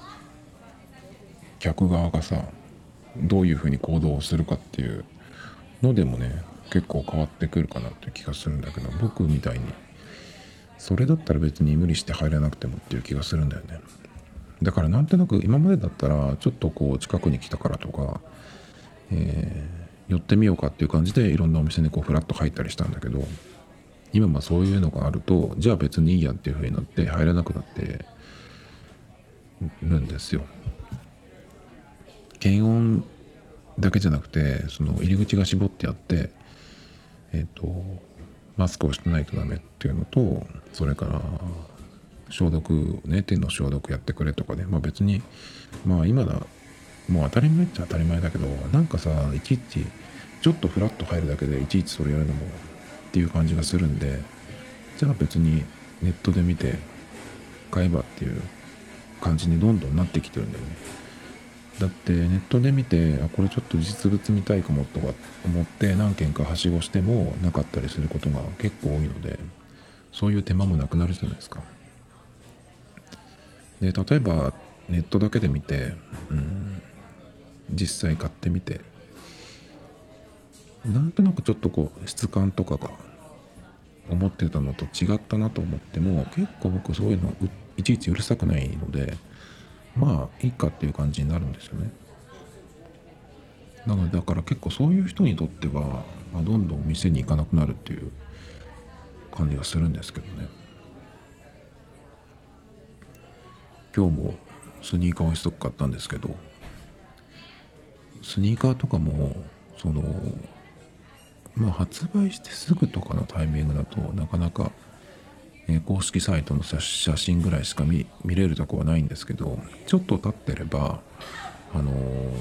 Speaker 1: 客側がさどういうふうに行動をするかっていうのでもね結構変わってくるかなっていう気がするんだけど、僕みたいにそれだったら別に無理して入らなくてもっていう気がするんだよね。だからなんとなく今までだったらちょっとこう近くに来たからとか、えー寄ってみようかっていう感じでいろんなお店にこうフラッと入ったりしたんだけど、今まあそういうのがあるとじゃあ別にいいやっていう風になって入らなくなってるんですよ。検温だけじゃなくてその入り口が絞ってあって、えっとマスクをしてないとダメっていうのと、それから消毒ね、手の消毒やってくれとかね、まあ別にまあ今だもう当たり前っちゃ当たり前だけど、なんかさいちいちちょっとフラッと入るだけでいちいちそれやるのもっていう感じがするんで、じゃあ別にネットで見て買えばっていう感じにどんどんなってきてるんだよね。 だってネットで見て、あ、これちょっと実物見たいかもとか思って何件かはしごしてもなかったりすることが結構多いので、そういう手間もなくなるじゃないですか。で、例えばネットだけで見て、うん、実際買ってみて、なんとなくちょっとこう質感とかが思ってたのと違ったなと思っても、結構僕そういうのういちいちうるさくないので、まあいいかっていう感じになるんですよね。なのでだから結構そういう人にとっては、まあ、どんどん店に行かなくなるっていう感じがするんですけどね。今日もスニーカーを一足買ったんですけど、スニーカーとかもそのまあ発売してすぐとかのタイミングだとなかなか、えー公式サイトの写写真ぐらいしか見見れるとこはないんですけど、ちょっと経ってればあのー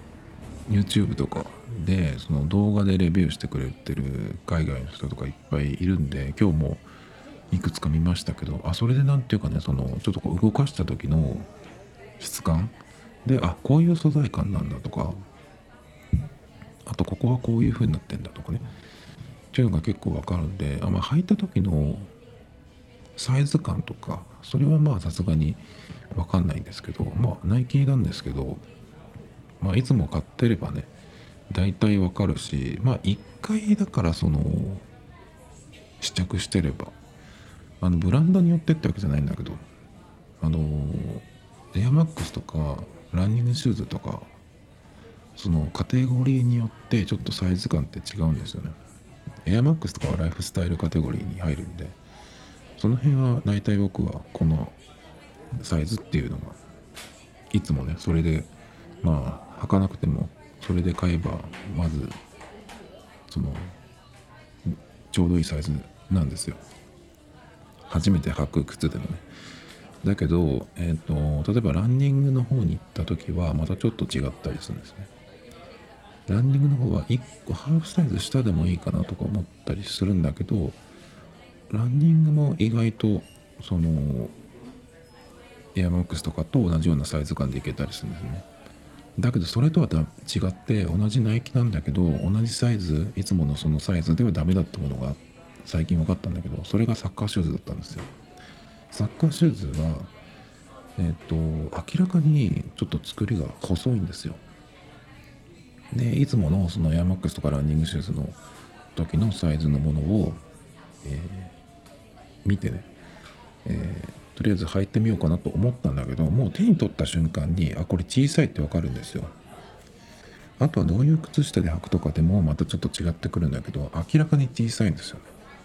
Speaker 1: YouTube とかでその動画でレビューしてくれてる海外の人とかいっぱいいるんで、今日もいくつか見ましたけど、あ、それでなんていうかね、そのちょっとこう動かした時の質感で、あ、こういう素材感なんだとか、あとここはこういう風になってんだとかね、っていうのが結構わかるんで、あ、まあ履いた時のサイズ感とか、それはまあさすがにわかんないんですけど、まあナイキなんですけど、まあいつも買ってればね、大体わかるし、まあ一回だからその試着してれば、あのブランドによってってわけじゃないんだけど、あのエアマックスとかランニングシューズとか、そのカテゴリーによってちょっとサイズ感って違うんですよね。エアマックスとかはライフスタイルカテゴリーに入るんで、その辺は大体僕はこのサイズっていうのがいつもね、それでまあ履かなくてもそれで買えばまずそのちょうどいいサイズなんですよ。初めて履く靴でもね。だけど、えっ、と例えばランニングの方に行った時はまたちょっと違ったりするんですね。ランニングの方はいっこハーフサイズ下でもいいかなとか思ったりするんだけど、ランニングも意外とそのエアマックスとかと同じようなサイズ感でいけたりするんですね。だけどそれとはだ違って同じナイキなんだけど、同じサイズ、いつものそのサイズではダメだったものが最近分かったんだけど、それがサッカーシューズだったんですよ。サッカーシューズはえっ、と明らかにちょっと作りが細いんですよ。でいつものそのエアマックスとかランニングシューズの時のサイズのものを、えー見てね、えーとりあえず履いてみようかなと思ったんだけど、もう手に取った瞬間に、あ、これ小さいってわかるんですよ。あとはどういう靴下で履くとかでもまたちょっと違ってくるんだけど、明らかに小さいんですよ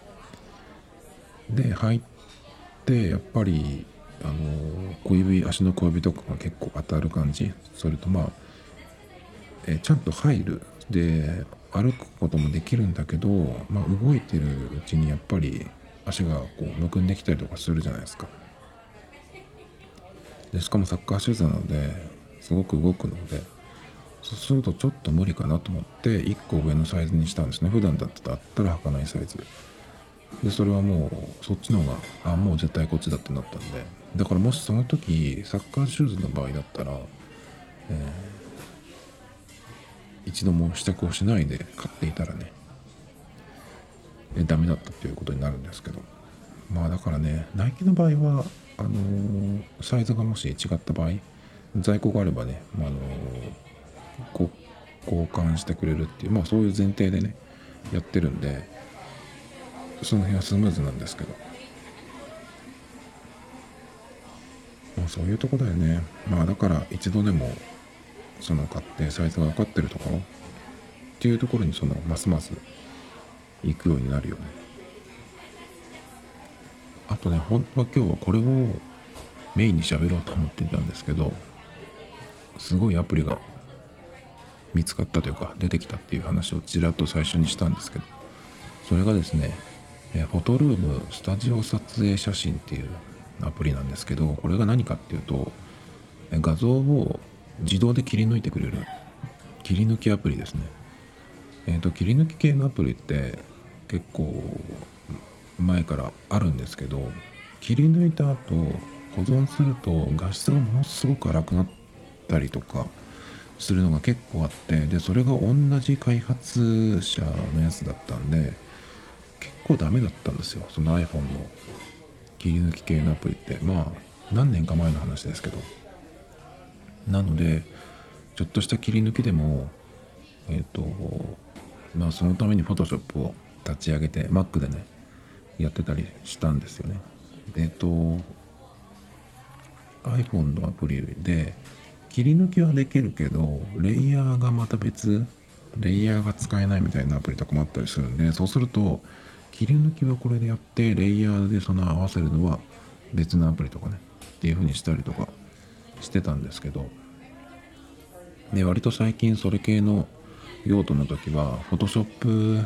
Speaker 1: ね。で履いてやっぱりあの小指、足の小指とかが結構当たる感じ、それとまあ、えーちゃんと入るで歩くこともできるんだけど、まあ、動いてるうちにやっぱり足がこうむくんできたりとかするじゃないですか。でしかもサッカーシューズなのですごく動くので、そうするとちょっと無理かなと思っていっこ上のサイズにしたんですね。普段だったら履かないサイズで、それはもうそっちの方が、あ、もう絶対こっちだってなったんで、だからもしその時サッカーシューズの場合だったら、一度も試着をしないで買っていたらね、えダメだったっていうことになるんですけど、まあだからね、ナイキの場合はあのーサイズがもし違った場合、在庫があればね、まああのーこう交換してくれるっていう、まあそういう前提でねやってるんで、その辺はスムーズなんですけど、もうそういうとこだよね。まあだから一度でもその買ってサイズが分かってるところっていうところにそのますます行くようになるよね。あとね、本当は今日はこれをメインに喋ろうと思っていたんですけど、すごいアプリが見つかったというか出てきたっていう話をちらっと最初にしたんですけど、それがですね、えフォトルームスタジオ撮影写真っていうアプリなんですけど、これが何かっていうと、え画像を自動で切り抜いてくれる切り抜きアプリですね。えっ、と切り抜き系のアプリって結構前からあるんですけど、切り抜いた後保存すると画質がものすごく荒くなったりとか、 するのが結構あって、でそれが同じ開発者のやつだったんで結構ダメだったんですよ、その iPhone の切り抜き系のアプリって。まあ何年か前の話ですけど、なのでちょっとした切り抜きでもえっ、とまあそのために Photoshop を立ち上げて Mac でねやってたりしたんですよね。でえっ、と iPhone のアプリで切り抜きはできるけどレイヤーがまた別、レイヤーが使えないみたいなアプリとかもあったりするんで、そうすると切り抜きはこれでやってレイヤーでその合わせるのは別のアプリとかねっていう風にしたりとかしてたんですけど、で割と最近それ系の用途の時は Photoshop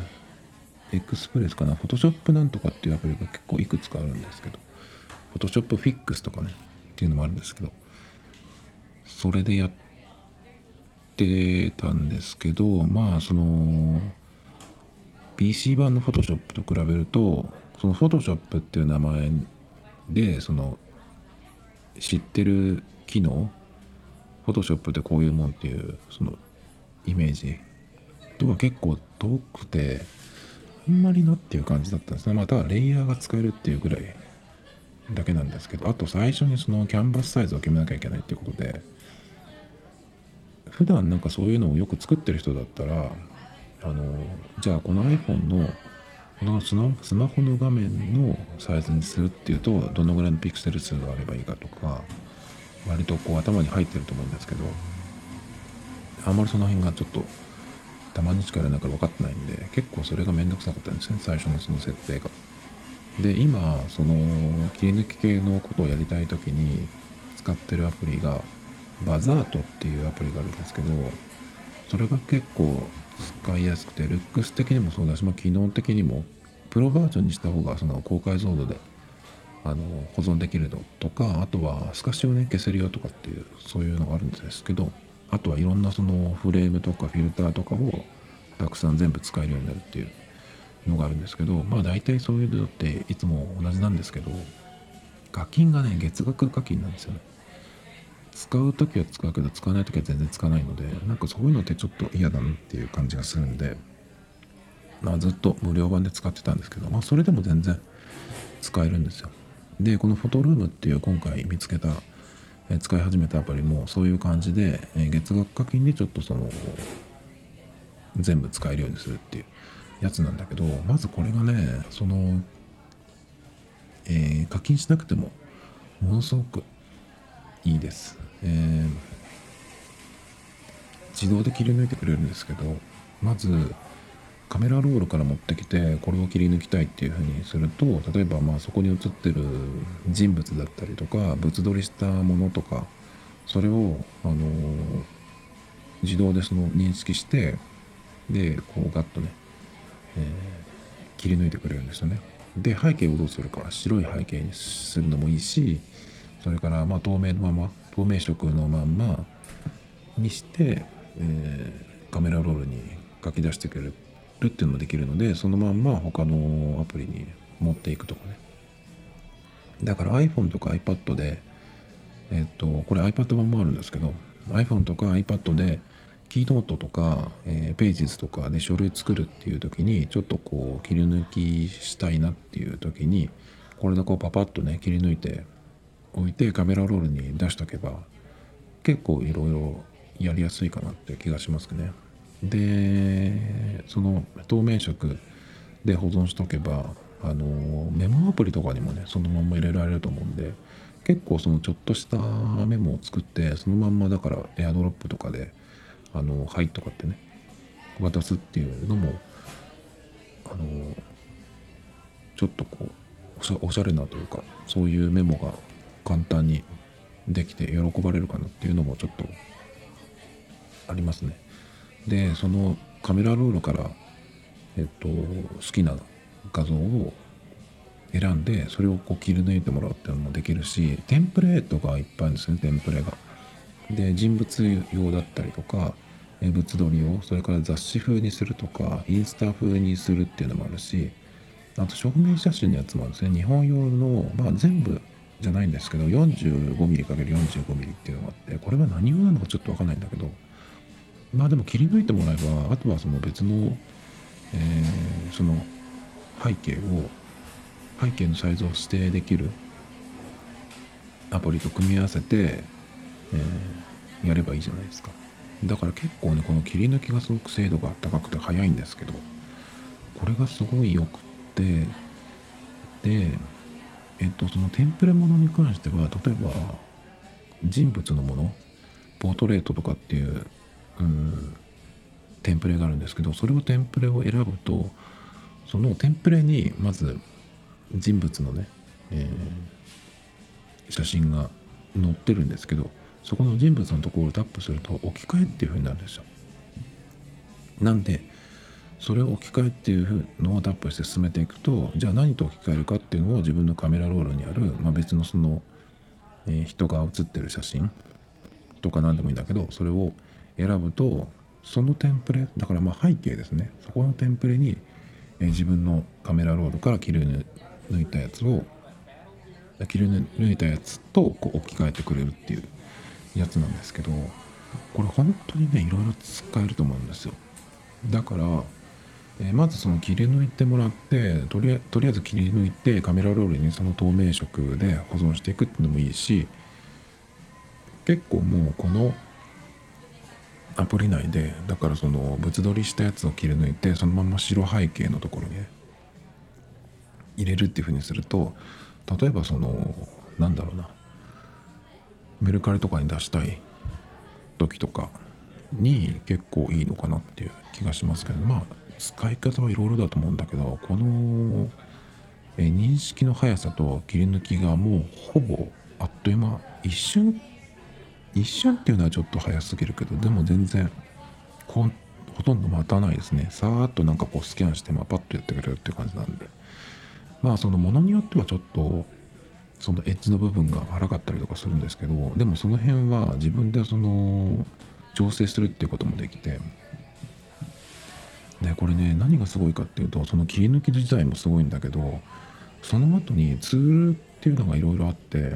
Speaker 1: Express かな、 Photoshop なんとかっていうアプリが結構いくつかあるんですけど、 Photoshop Fix とかねっていうのもあるんですけど、それでやってたんですけど、まあその ピーシー 版の Photoshop と比べると、その Photoshop っていう名前でその知ってる機能、 Photoshop ってこういうもんっていうそのイメージとは結構遠くて、あんまりなっていう感じだったんですね。まあただレイヤーが使えるっていうぐらいだけなんですけど、あと最初にそのキャンバスサイズを決めなきゃいけないっていうことで、普段なんかそういうのをよく作ってる人だったら、あのじゃあこの iPhone のこのスマスマホの画面のサイズにするっていうとどのぐらいのピクセル数があればいいかとか割とこう頭に入ってると思うんですけど、あんまりその辺がちょっとたまにしかやらないから分かってないんで、結構それがめんどくさかったんですね、最初のその設定が。で今その切り抜き系のことをやりたい時に使ってるアプリがバザートっていうアプリがあるんですけど、それが結構使いやすくて、ルックス的にもそうだし、まあ、機能的にもプロバージョンにした方がその高解像度であの保存できるのとか、あとは透かしをね消せるよとかっていうそういうのがあるんですけど、あとはいろんなそのフレームとかフィルターとかをたくさん全部使えるようになるっていうのがあるんですけど、まあ大体そういうのっていつも同じなんですけど、課金がね月額課金なんですよね。使う時は使うけど使わない時は全然使わないので、なんかそういうのってちょっと嫌だなっていう感じがするんで、まあずっと無料版で使ってたんですけど、まあそれでも全然使えるんですよ。でこのフォトルームっていう今回見つけたえ使い始めたアプリもそういう感じで、え月額課金でちょっとその全部使えるようにするっていうやつなんだけど、まずこれがねその、えー課金しなくてもものすごくいいです。えー自動で切り抜いてくれるんですけど、まずカメラロールから持ってきてこれを切り抜きたいっていう風にすると、例えばまあそこに写ってる人物だったりとか物撮りしたものとか、それを、あのー自動でその認識して、でこうガッとね、えー切り抜いてくれるんですよね。で背景をどうするか、白い背景にするのもいいし、それからまあ透明のまま透明色のまんまにして、えーカメラロールに書き出してくれるっていうのもできるので、そのまんま他のアプリに持っていくとかね。だから iPhone とか iPad でえっとこれ iPad 版もあるんですけど、 iPhone とか iPad でキーノートとか、えー、ページズとかで書類作るっていう時にちょっとこう切り抜きしたいなっていう時に、これでこうパパッとね切り抜いておいてカメラロールに出しとけば結構いろいろやりやすいかなっていう気がしますね。でその透明色で保存しとけば、あのメモアプリとかにもねそのまんま入れられると思うんで、結構そのちょっとしたメモを作ってそのまんまだからエアドロップとかであのはいとかってね渡すっていうのもあのちょっとこうおしゃおしゃれなというか、そういうメモが簡単にできて喜ばれるかなっていうのもちょっとありますね。でそのカメラロールからえっと好きな画像を選んでそれをこう切り抜いてもらうっていうのもできるし、テンプレートがいっぱいあるんですね、テンプレが。で人物用だったりとかえ物撮り用、それから雑誌風にするとかインスタ風にするっていうのもあるし、あと証明写真のやつもあるんですね。日本用のまあ全部じゃないんですけど よんじゅうごミリかけるよんじゅうごミリ っていうのがあって、これは何用なのかちょっとわかんないんだけど、 まあでも切り抜いてもらえば、あとはその別の、えーその背景を背景のサイズを指定できるアプリと組み合わせて、えーやればいいじゃないですか。だから結構ね、この切り抜きがすごく精度が高くて早いんですけど、これがすごい良くって、で、えっと、そのテンプレものに関しては、例えば人物のもの、ポートレートとかっていう、うん、テンプレがあるんですけど、それをテンプレを選ぶと、そのテンプレにまず人物のね、えー写真が載ってるんですけど、そこの人物のところをタップすると置き換えっていう風になるんですよ。なんでそれを置き換えっていうのをタップして進めていくと、じゃあ何と置き換えるかっていうのを自分のカメラロールにある、まあ、別のその、えー人が写ってる写真とか何でもいいんだけど、それを選ぶと、そのテンプレだから、まあ背景ですね、そこのテンプレに、えー自分のカメラロールから切り抜いたやつを切り抜いたやつとこう置き換えてくれるっていうやつなんですけど、これ本当にねいろいろ使えると思うんですよ。だから、えーまずその切り抜いてもらって、とりあとりあえず切り抜いてカメラロールにその透明色で保存していくっていうのもいいし、結構もうこのアプリ内でだからその物撮りしたやつを切り抜いてそのまま白背景のところにね入れるっていう風にすると、例えばそのなんだろうな、メルカリとかに出したい時とかに結構いいのかなっていう気がしますけど、まあ使い方はいろいろだと思うんだけど、このえ認識の速さと切り抜きがもうほぼあっという間、一瞬一瞬っていうのはちょっと早すぎるけど、でも全然こんほとんど待たないですね。さーっとなんかこうスキャンして、まあ、パッとやってくれるっていう感じなんで、まあそのものによってはちょっとそのエッジの部分が荒かったりとかするんですけど、でもその辺は自分でその調整するっていうこともできて、でこれね何がすごいかっていうと、その切り抜き自体もすごいんだけど、その後にツールっていうのがいろいろあって、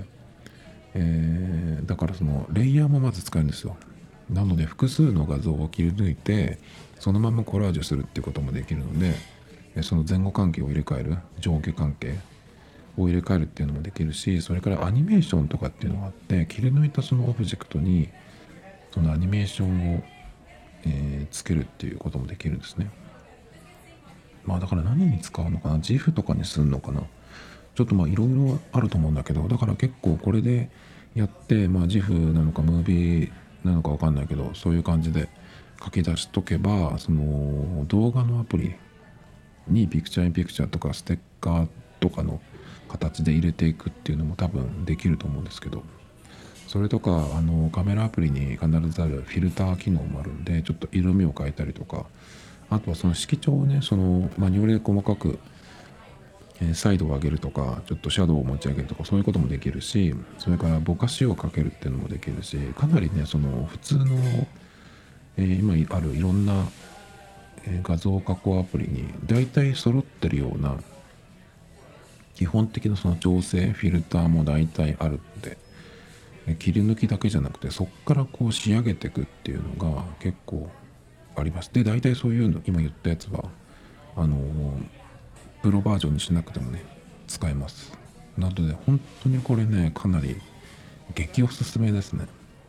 Speaker 1: えーだからそのレイヤーもまず使えるんですよ。なので複数の画像を切り抜いてそのままコラージュするっていうこともできるので、えその前後関係を入れ替える、上下関係を入れ替えるっていうのもできるし、それからアニメーションとかっていうのがあって、切り抜いたそのオブジェクトにそのアニメーションを、えーつけるっていうこともできるんですね。まあだから何に使うのかな、 ジフ とかにするのかな、ちょっとまあいろいろあると思うんだけど、だから結構これでやって、まあ ジフ なのかムービーなのかわかんないけど、そういう感じで書き出しとけば、その動画のアプリにピクチャーインピクチャーとかステッカーとかの形で入れていくっていうのも多分できると思うんですけど、それとかあのカメラアプリに必ずあるフィルター機能もあるんで、ちょっと色味を変えたりとか、あとはその色調をね、そのマニュアルで細かくえーサイドを上げるとか、ちょっとシャドウを持ち上げるとか、そういうこともできるし、それからぼかしをかけるっていうのもできるし、かなりねその普通の、えー今あるいろんな、えー画像加工アプリに大体揃ってるような基本的なその調整フィルターも大体あるんで、えー切り抜きだけじゃなくてそっからこう仕上げていくっていうのが結構あります。で大体そういうの今言ったやつはあのープロバージョンにしなくてもね使えます。なので本当にこれねかなり激おすすめですね。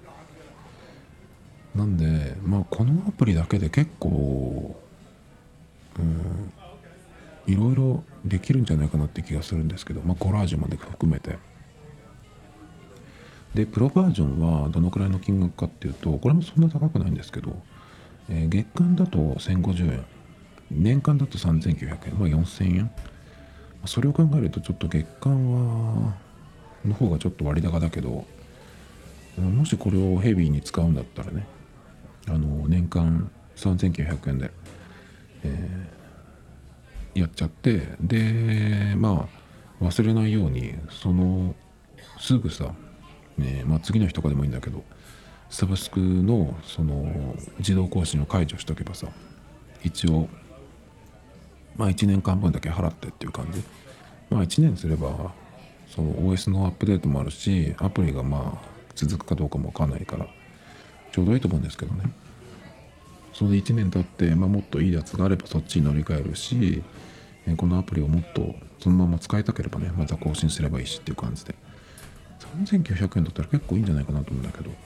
Speaker 1: なんでまあこのアプリだけで結構いろいろできるんじゃないかなって気がするんですけど、まあコラージュまで含めて、でプロバージョンはどのくらいの金額かっていうと、これもそんな高くないんですけど、えー月間だとせんごじゅうえん、年間だとさんぜんきゅうひゃくえん、まあよんせんえん。それを考えるとちょっと月間はの方がちょっと割高だけど、もしこれをヘビーに使うんだったらね、あの年間さんぜんきゅうひゃくえんでやっちゃって、でまあ忘れないようにそのすぐさ、ね、まあ次の日とかでもいいんだけど、サブスクのその自動更新を解除しとけばさ、一応まあいちねんかんぶんだけ払ってっていう感じ。まあいちねんすればその オーエス のアップデートもあるし、アプリがまあ続くかどうかもわかんないからちょうどいいと思うんですけどね。 それでいちねん経って、まあ、もっといいやつがあればそっちに乗り換えるし、えこのアプリをもっとそのまま使いたければねまた更新すればいいしっていう感じでさんぜんきゅうひゃくえんだったら結構いいんじゃないかなと思うんだけど、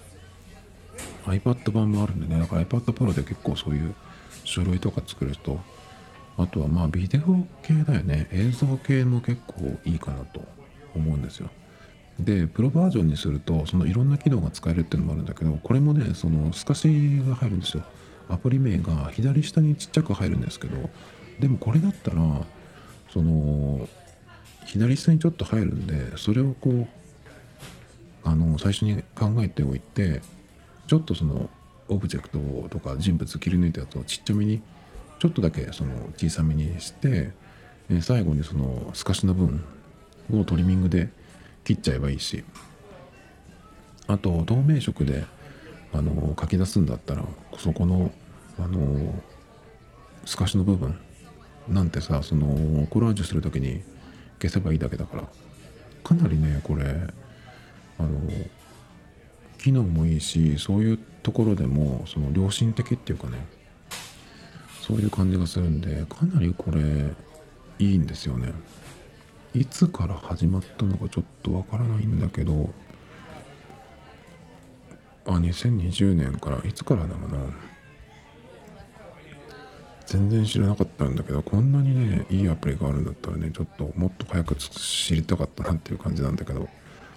Speaker 1: iPad 版もあるんでね、だから iPad Pro で結構そういう書類とか作る人、あとはまあビデオ系だよね、映像系も結構いいかなと思うんですよ。でプロバージョンにするとそのいろんな機能が使えるっていうのもあるんだけど、これもねその透かしが入るんですよ。アプリ名が左下にちっちゃく入るんですけど、でもこれだったらその左下にちょっと入るんで、それをこうあの最初に考えておいて、ちょっとそのオブジェクトとか人物切り抜いたやつをちっちゃめにちょっとだけその小さめにして、え最後にその透かしの分をトリミングで切っちゃえばいいし、あと透明色であの書き出すんだったらそこのあの透かしの部分なんてさ、そのコラージュするときに消せばいいだけだから、かなりねこれあの機能もいいし、そういうところでもその良心的っていうかね、そういう感じがするんで、かなりこれいいんですよね。いつから始まったのかちょっとわからないんだけど、あにせんにじゅうねんからいつからだろうな、全然知らなかったんだけど、こんなにねいいアプリがあるんだったらね、ちょっともっと早く知りたかったなっていう感じなんだけど、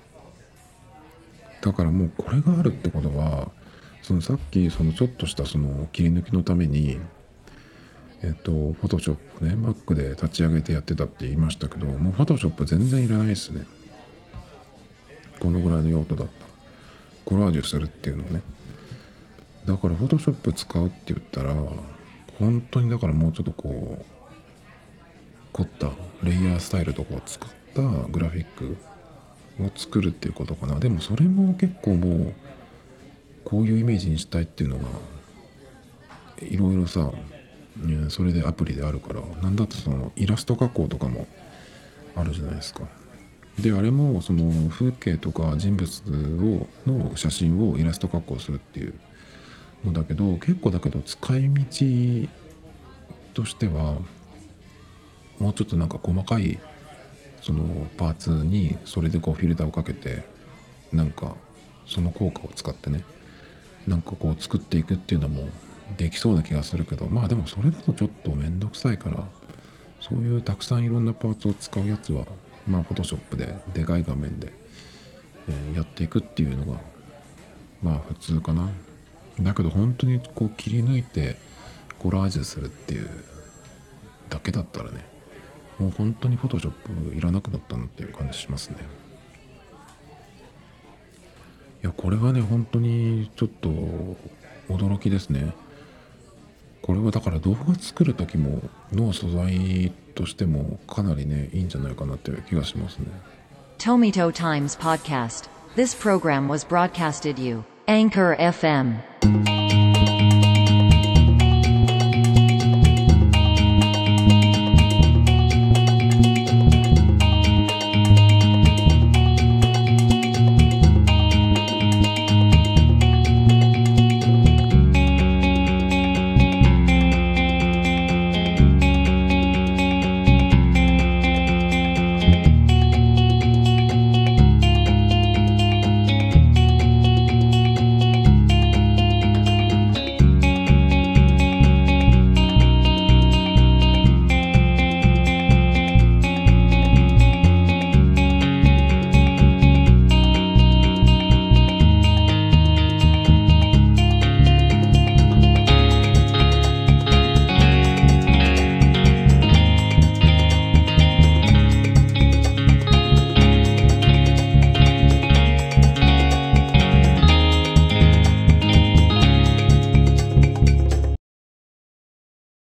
Speaker 1: だからもうこれがあるってことは、そのさっきそのちょっとしたその切り抜きのためにえっとフォトショップね Mac で立ち上げてやってたって言いましたけど、もうフォトショップ全然いらないですね。このぐらいの用途だったらコラージュするっていうのをね。だからフォトショップ使うって言ったら本当にだからもうちょっとこう凝ったレイヤースタイルとかを使ったグラフィックを作るっていうことかな。でもそれも結構もうこういうイメージにしたいっていうのがいろいろさ、それでアプリであるから、なんだとそのイラスト加工とかもあるじゃないですか。であれもその風景とか人物をの写真をイラスト加工するっていうのだけど、結構だけど使い道としてはもうちょっとなんか細かいそのパーツにそれでこうフィルターをかけて、なんかその効果を使ってね、なんかこう作っていくっていうのもできそうな気がするけど、まあでもそれだとちょっとめんどくさいから、そういうたくさんいろんなパーツを使うやつはまあフォトショップででかい画面で、えーやっていくっていうのがまあ普通かな。だけど本当にこう切り抜いてコラージュするっていうだけだったらね、もう本当にフォトショップいらなくなったなっていう感じしますね。いやこれはね本当にちょっと驚きですね。これはだから動画作る時もの素材としてもかなりねいいんじゃないかなっていう気がしますね。
Speaker 2: Tomito Times Podcast. This program was broadcasted you. Anchor F M